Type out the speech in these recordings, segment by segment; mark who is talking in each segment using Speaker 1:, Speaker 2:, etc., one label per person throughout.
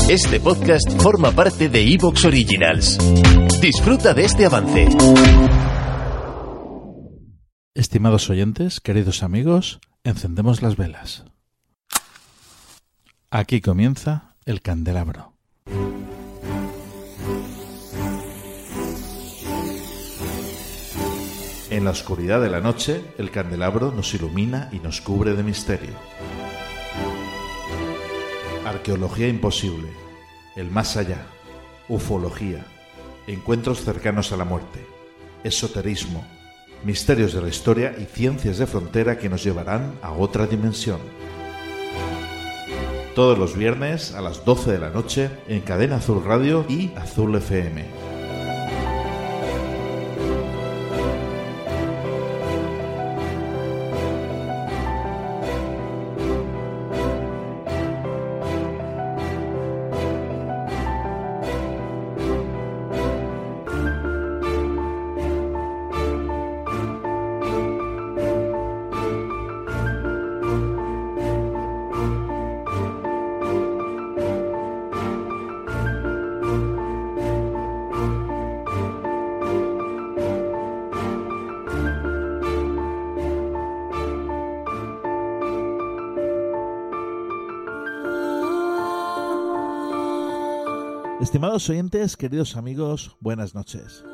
Speaker 1: Este podcast forma parte de Evox Originals. Disfruta de este avance.
Speaker 2: Estimados oyentes, queridos amigos, encendemos las velas. Aquí comienza el candelabro. En la oscuridad de la noche, el candelabro nos ilumina y nos cubre de misterio. Arqueología imposible, el más allá, ufología, encuentros cercanos a la muerte, esoterismo, misterios de la historia y ciencias de frontera que nos llevarán a otra dimensión. Todos los viernes a las 12 de la noche en Cadena Azul Radio y Azul FM. Estimados oyentes, queridos amigos, buenas noches.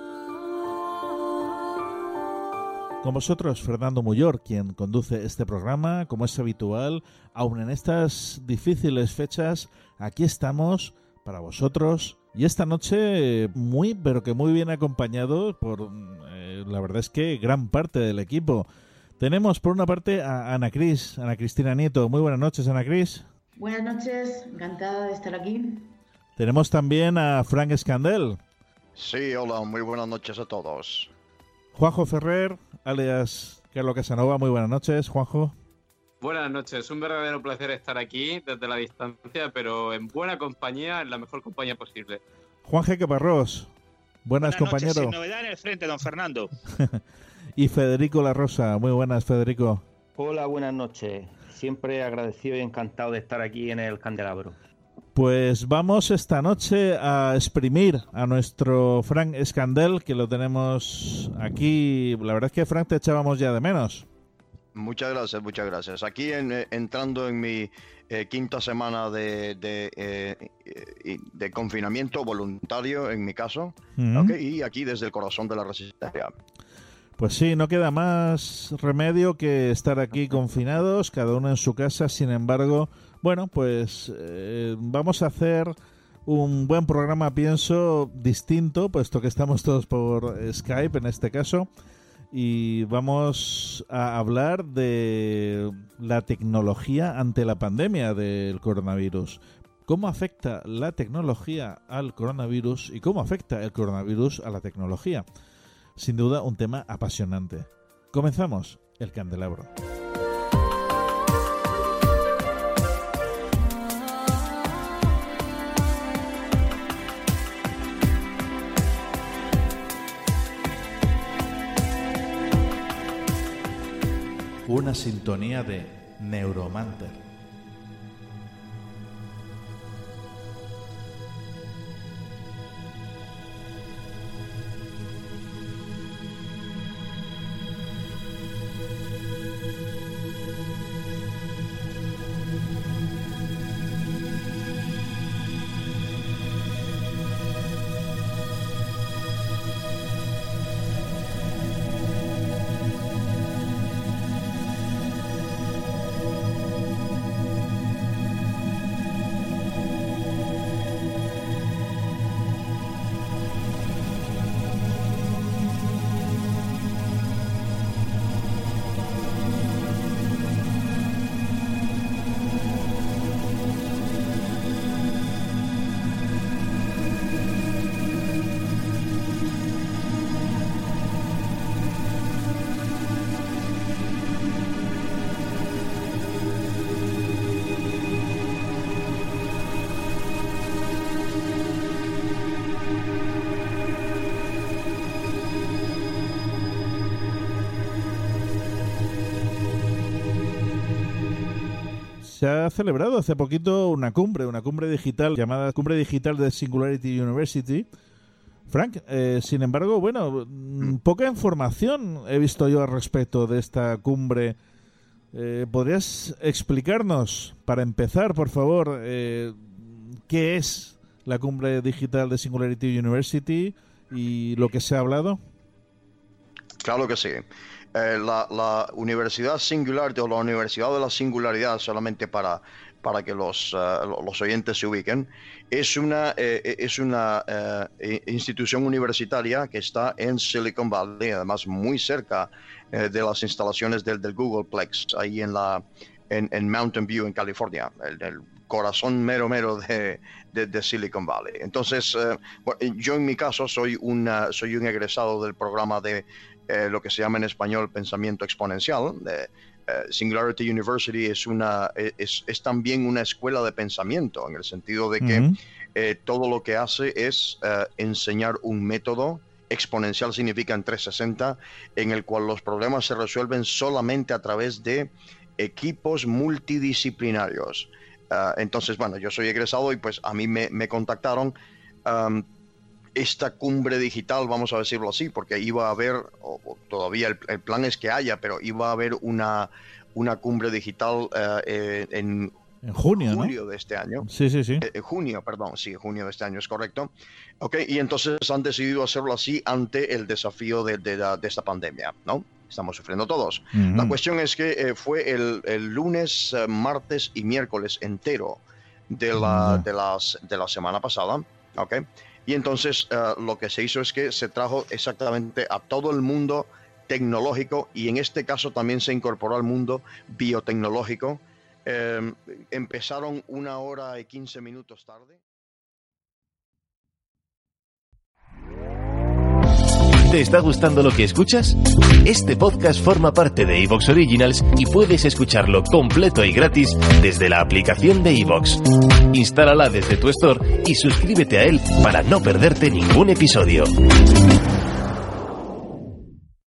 Speaker 2: Con vosotros, Fernando Muyor, quien conduce este programa, como es habitual, aun en estas difíciles fechas, aquí estamos para vosotros. Y esta noche muy, pero que muy bien acompañado por, la verdad es que gran parte del equipo. Tenemos por una parte a Ana Cristina Nieto. Muy buenas noches, Ana Cris.
Speaker 3: Buenas noches, encantada de estar aquí.
Speaker 2: Tenemos también a Frank Escandel.
Speaker 4: Sí, hola, muy buenas noches a todos.
Speaker 2: Juanjo Ferrer, alias Carlos Casanova, muy buenas noches, Juanjo.
Speaker 5: Buenas noches, un verdadero placer estar aquí desde la distancia, pero en buena compañía, en la mejor compañía posible.
Speaker 2: Juan G. Caparrós, buenas compañero.
Speaker 6: Noches, sin novedad en el frente, don Fernando.
Speaker 2: Y Federico La Rosa, muy buenas, Federico.
Speaker 7: Hola, buenas noches. Siempre agradecido y encantado de estar aquí en el candelabro.
Speaker 2: Pues vamos esta noche a exprimir a nuestro Frank Escandel, que lo tenemos aquí. La verdad es que, Frank, te echábamos ya de menos.
Speaker 4: Muchas gracias. Aquí entrando en mi quinta semana de confinamiento voluntario, en mi caso, y aquí desde el corazón de la resistencia.
Speaker 2: Pues sí, no queda más remedio que estar aquí confinados, cada uno en su casa. Sin embargo, bueno, pues vamos a hacer un buen programa, pienso, distinto, puesto que estamos todos por Skype en este caso, y vamos a hablar de la tecnología ante la pandemia del coronavirus. ¿Cómo afecta la tecnología al coronavirus y cómo afecta el coronavirus a la tecnología? Sin duda, un tema apasionante. Comenzamos el candelabro. Una sintonía de Neuromancer. se ha celebrado hace poquito una cumbre digital llamada Cumbre Digital de Singularity University. Frank, sin embargo, bueno, poca información he visto yo al respecto de esta cumbre. ¿Podrías explicarnos, para empezar, por favor, qué es la Cumbre Digital de Singularity University y lo que se ha hablado?
Speaker 4: Claro que sí. La Universidad Singularity, o la Universidad de la Singularidad, solamente para que los oyentes se ubiquen, es una institución universitaria que está en Silicon Valley, además muy cerca de las instalaciones del Googleplex, ahí en Mountain View, en California, el corazón mero de Silicon Valley. Entonces, yo en mi caso soy un egresado del programa de lo que se llama en español pensamiento exponencial. Singularity University es también una escuela de pensamiento, en el sentido de que todo lo que hace es enseñar un método. Exponencial significa en 360, en el cual los problemas se resuelven solamente a través de equipos multidisciplinarios. Entonces, bueno, yo soy egresado y pues a mí me contactaron. Esta cumbre digital, vamos a decirlo así, porque iba a haber, o todavía el plan es que haya, pero iba a haber una cumbre digital en
Speaker 2: junio,
Speaker 4: julio,
Speaker 2: ¿no?
Speaker 4: De este año.
Speaker 2: Sí.
Speaker 4: Junio de este año, es correcto. Okay, y entonces han decidido hacerlo así ante el desafío de esta pandemia, ¿no? Estamos sufriendo todos. La cuestión es que fue el lunes, martes y miércoles entero de la semana pasada, ¿ok? Y entonces lo que se hizo es que se trajo exactamente a todo el mundo tecnológico, y en este caso también se incorporó al mundo biotecnológico. Empezaron 1 hora y 15 minutos tarde.
Speaker 1: ¿Te está gustando lo que escuchas? Este podcast forma parte de iVoox Originals y puedes escucharlo completo y gratis desde la aplicación de iVoox. Instálala desde tu store y suscríbete a él para no perderte ningún episodio.